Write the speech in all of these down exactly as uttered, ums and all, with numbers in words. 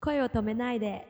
声を止めないで。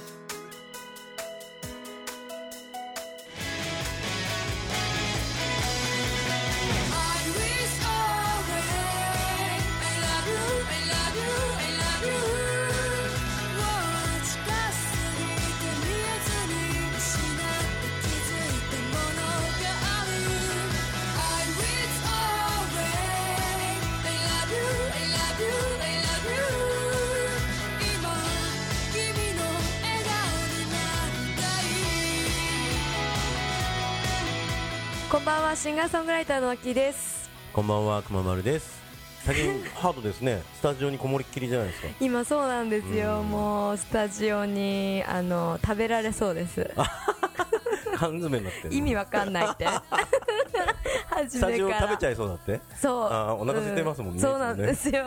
こんばんは、シンガーソングライターのあきです。 こんばんは、くままるです。最近ハードですね。スタジオにこもりっきりじゃないですか。 今そうなんですよ。もうスタジオにあの食べられそうです。 缶詰になってる。 意味わかんないって初スタめからジオ食べちゃいそうだって。 そう、 あ、お腹空いてますもんね、 うん、そうなんですよ。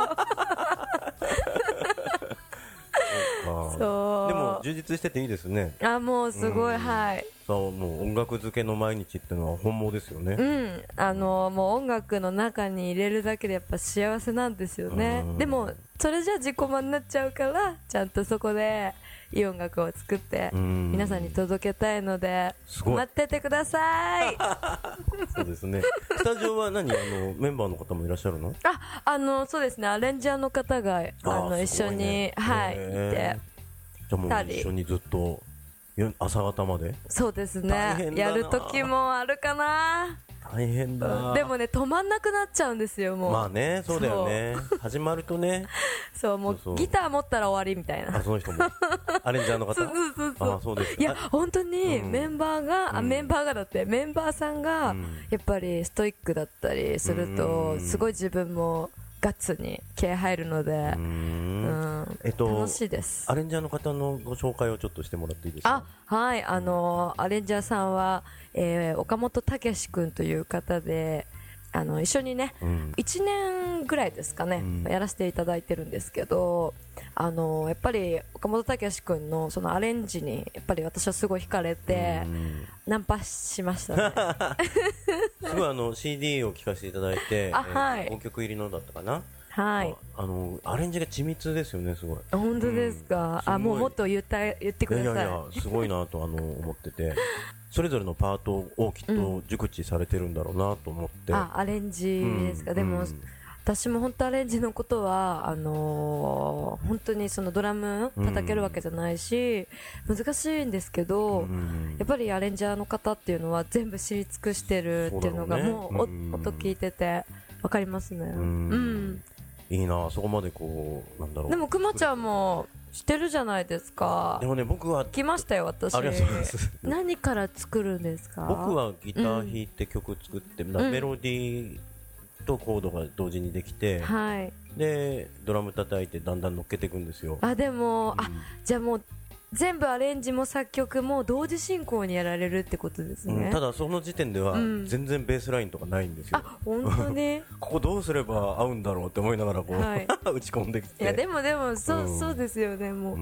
そう、 でも充実してていいですね。 あ、もうすごい、はい。 そう、もう音楽漬けの毎日っていうのは本望ですよね。 うん、あのもう音楽の中に入れるだけでやっぱ幸せなんですよね。でもそれじゃ自己満になっちゃうから、ちゃんとそこでいい音楽を作って皆さんに届けたいので、待っててください。 そうですね。スタジオは何、あのメンバーの方もいらっしゃるの？ あ、あのそうですね、アレンジャーの方があの一緒に、ね、はい、いて、 じゃあもう一緒にずっと朝方まで。 そうですね、やる時もあるかな。 大変だ。 でもね、止まんなくなっちゃうんですよ、もう。まあね、そうだよね。始まるとね。 そう、もうそうそう、ギター持ったら終わりみたいな。 あ、その人もアレンジャーの方。 そうそうそうそう。 あ、そうです。 いや本当にメンバーが、うん、あ、メンバーがだってメンバーさんがやっぱりストイックだったりすると、すごい自分もガッツに気合入るので、うん、うん、えっと、楽しいです。 アレンジャーの方のご紹介をちょっとしてもらっていいですか？ あ、はい、あのアレンジャーさんは、えー、岡本武史君という方で、あの一緒にね、うん、いちねんぐらいですかね、うん、やらせていただいてるんですけど、あのやっぱり岡本武史君のそのアレンジにやっぱり私はすごい惹かれて、うん、ナンパしましたね。 すごいあの シーディー を聴かせていただいて、 あ、はい、 ごきょく入りのだったかな。 はい、 ああのアレンジが緻密ですよね、すごい。 本当ですか？うん、あ、もうもっと言った言ってください。 いやいや、すごいなとあの思ってて、それぞれのパートをきっと熟知されてるんだろうなと思って。うん、 あ、アレンジですか？うん、でも、うん、私も本当アレンジのことはあのー、本当にそのドラム叩けるわけじゃないし、うん、難しいんですけど、うん、やっぱりアレンジャーの方っていうのは全部知り尽くしてるっていうのがもう、うん、音聞いててわかりますね。うん、うん、 いいな、そこまでこう、なんだろう。 でもくまちゃんもしてるじゃないですか。 でもね、僕は来ましたよ、私。 ありがとうございます。 何から作るんですか？ 僕はギター弾いて曲作って、うん、メロディーとコードが同時にできて、はい、でドラム叩いてだんだん乗っけていくんですよ。 あ、でも、うん、あ、じゃあもう全部アレンジも作曲も同時進行にやられるってことですね。 うん、ただその時点では全然ベースラインとかないんですよ。 あ、本当にここどうすれば合うんだろうって思いながらこう、はい、打ち込んできて。 いやでもでもそう、うん、そうですよね、もう、うん、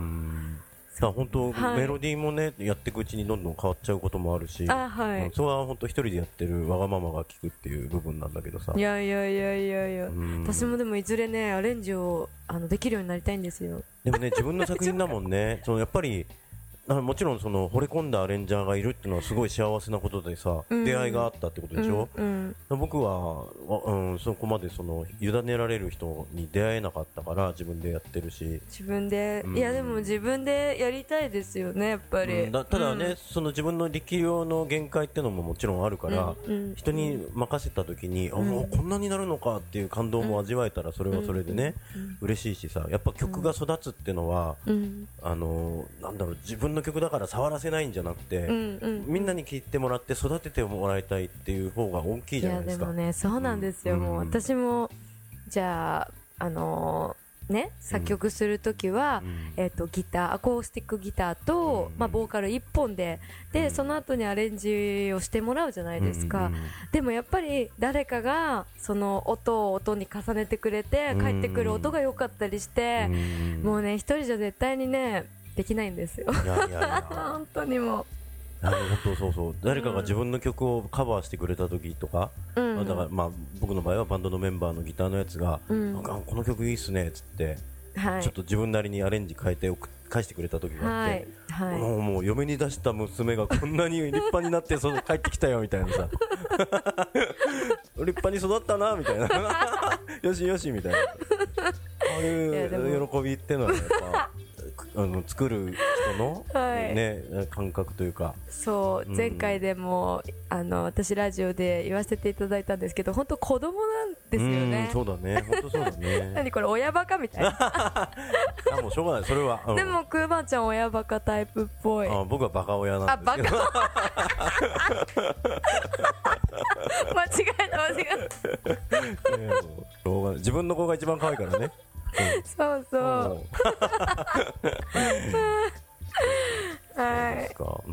だ本当、はい、メロディーもねやっていくうちにどんどん変わっちゃうこともあるし、 あ、はい、 それは本当一人でやってるわがままが聞くっていう部分なんだけどさ。 いやいやいやいやいや、私もでもいずれねアレンジをあのできるようになりたいんですよ。 でもね、自分の作品だもんね。そのやっぱりもちろんその惚れ込んだアレンジャーがいるっていうのはすごい幸せなことでさ、うん、出会いがあったってことでしょ、うんうん、僕は、うん、そこまでその委ねられる人に出会えなかったから自分でやってるし。 自分で、うん、いやでも自分でやりたいですよね、やっぱり、 うん、だただね、うん、その自分の力量の限界っていうのももちろんあるから、うんうん、人に任せた時に、うん、あ、もうこんなになるのかっていう感動も味わえたらそれはそれでね、うん、嬉しいしさ、やっぱ曲が育つっていうのは、うん、あのなんだろう、自分の曲だから触らせないんじゃなくて、うんうん、みんなに聴いてもらって育ててもらいたいっていう方が大きいじゃないですか。 いやでもね、そうなんですよ、うん、もう私もじゃあ、あのー、ね、作曲するときは、うん、えーと、ギター、アコースティックギターと、うん、まあ、ボーカルいっぽんで、で、うん、その後にアレンジをしてもらうじゃないですか、うん、でもやっぱり誰かがその音を音に重ねてくれて帰ってくる音が良かったりして、うん、もうね、一人じゃ絶対にねできないんですよ。いやいやいや本当にもう本当そうそう、誰かが自分の曲をカバーしてくれた時とか、うん、だからまあ僕の場合はバンドのメンバーのギターのやつが、うん、なんかこの曲いいっすねっつって、はい、ちょっと自分なりにアレンジ変えて送返してくれた時があって、 はいはい、 もう、もう嫁に出した娘がこんなに立派になってその帰ってきたよみたいなさ立派に育ったなみたいなよしよしみたいな、ああいう喜びってのはやっぱあの作る人の、はいね、感覚というか、 そう、うん、前回でもあの私ラジオで言わせていただいたんですけど、本当子供なんですよね。 うん、そうだね、本当そうだね何これ親バカみたいなあ、もうしょうがないそれは、うん、 でもくまちゃん親バカタイプっぽい。 あ、僕はバカ親なんですけどあ、バカ間違えた間違えたいや、もう自分の子が一番可愛いからねそうそうはい、 うん、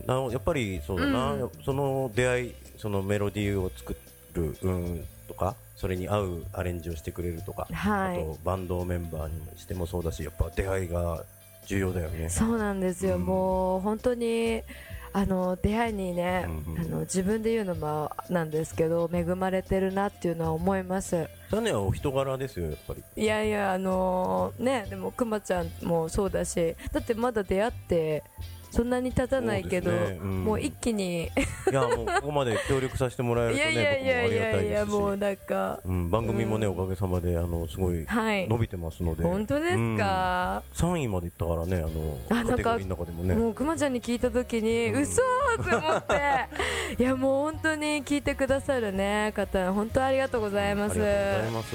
あのやっぱりそうだな、うん、その出会い、そのメロディーを作る、うん、とか、それに合うアレンジをしてくれるとか、はい、あとバンドメンバーにしてもそうだし、やっぱ出会いが重要だよね。 そうなんですよ、うん、もう本当にあの出会いにね、うんうん、あの自分で言うのもなんですけど、恵まれてるなっていうのは思います。 タネはお人柄ですよ、やっぱり。 いやいや、あのー、ね、でもくまちゃんもそうだし、だってまだ出会ってそんなに経たないけど、ね、うん、もう一気にいや、もうここまで協力させてもらえるとね、 いやいやいやいやいや、 僕もありがたいですし、 もうなんか、 うん、番組もね、うん、おかげさまであのすごい伸びてますので、 はい、本当ですか、 うん、さんいまでいったからね、あのあ、カテゴリーの中でもね、 もうくまちゃんに聞いたときに、うん、嘘って思っていや、もう本当に聞いてくださるね方、本当ありがとうございます。 ありがとうございます。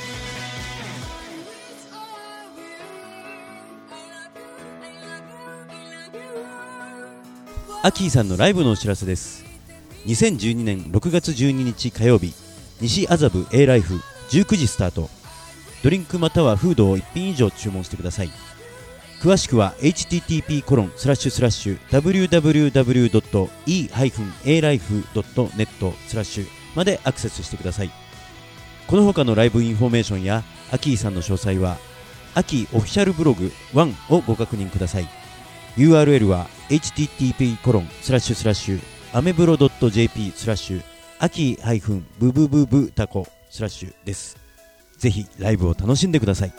アキーさんのライブのお知らせです。にせんじゅうにねんろくがつじゅうににち火曜日、西麻布 A ライフじゅうくじスタート。ドリンクまたはフードをいっぴん以上注文してください。詳しくは エイチティーティーピーコロンスラッシュスラッシュダブリューダブリューダブリュードットイーハイフンエーライフドットネットスラッシュまでアクセスしてください。この他のライブインフォメーションやアキーさんの詳細はアキオフィシャルブログワンをご確認ください。ユーアールエル は エイチティーティーピーコロンスラッシュスラッシュアメブロドットジェーピースラッシュアキハイフンブブブブタコスラッシュです。ぜひライブを楽しんでください。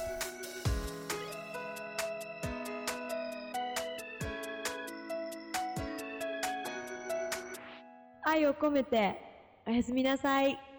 愛を込めておやすみなさい。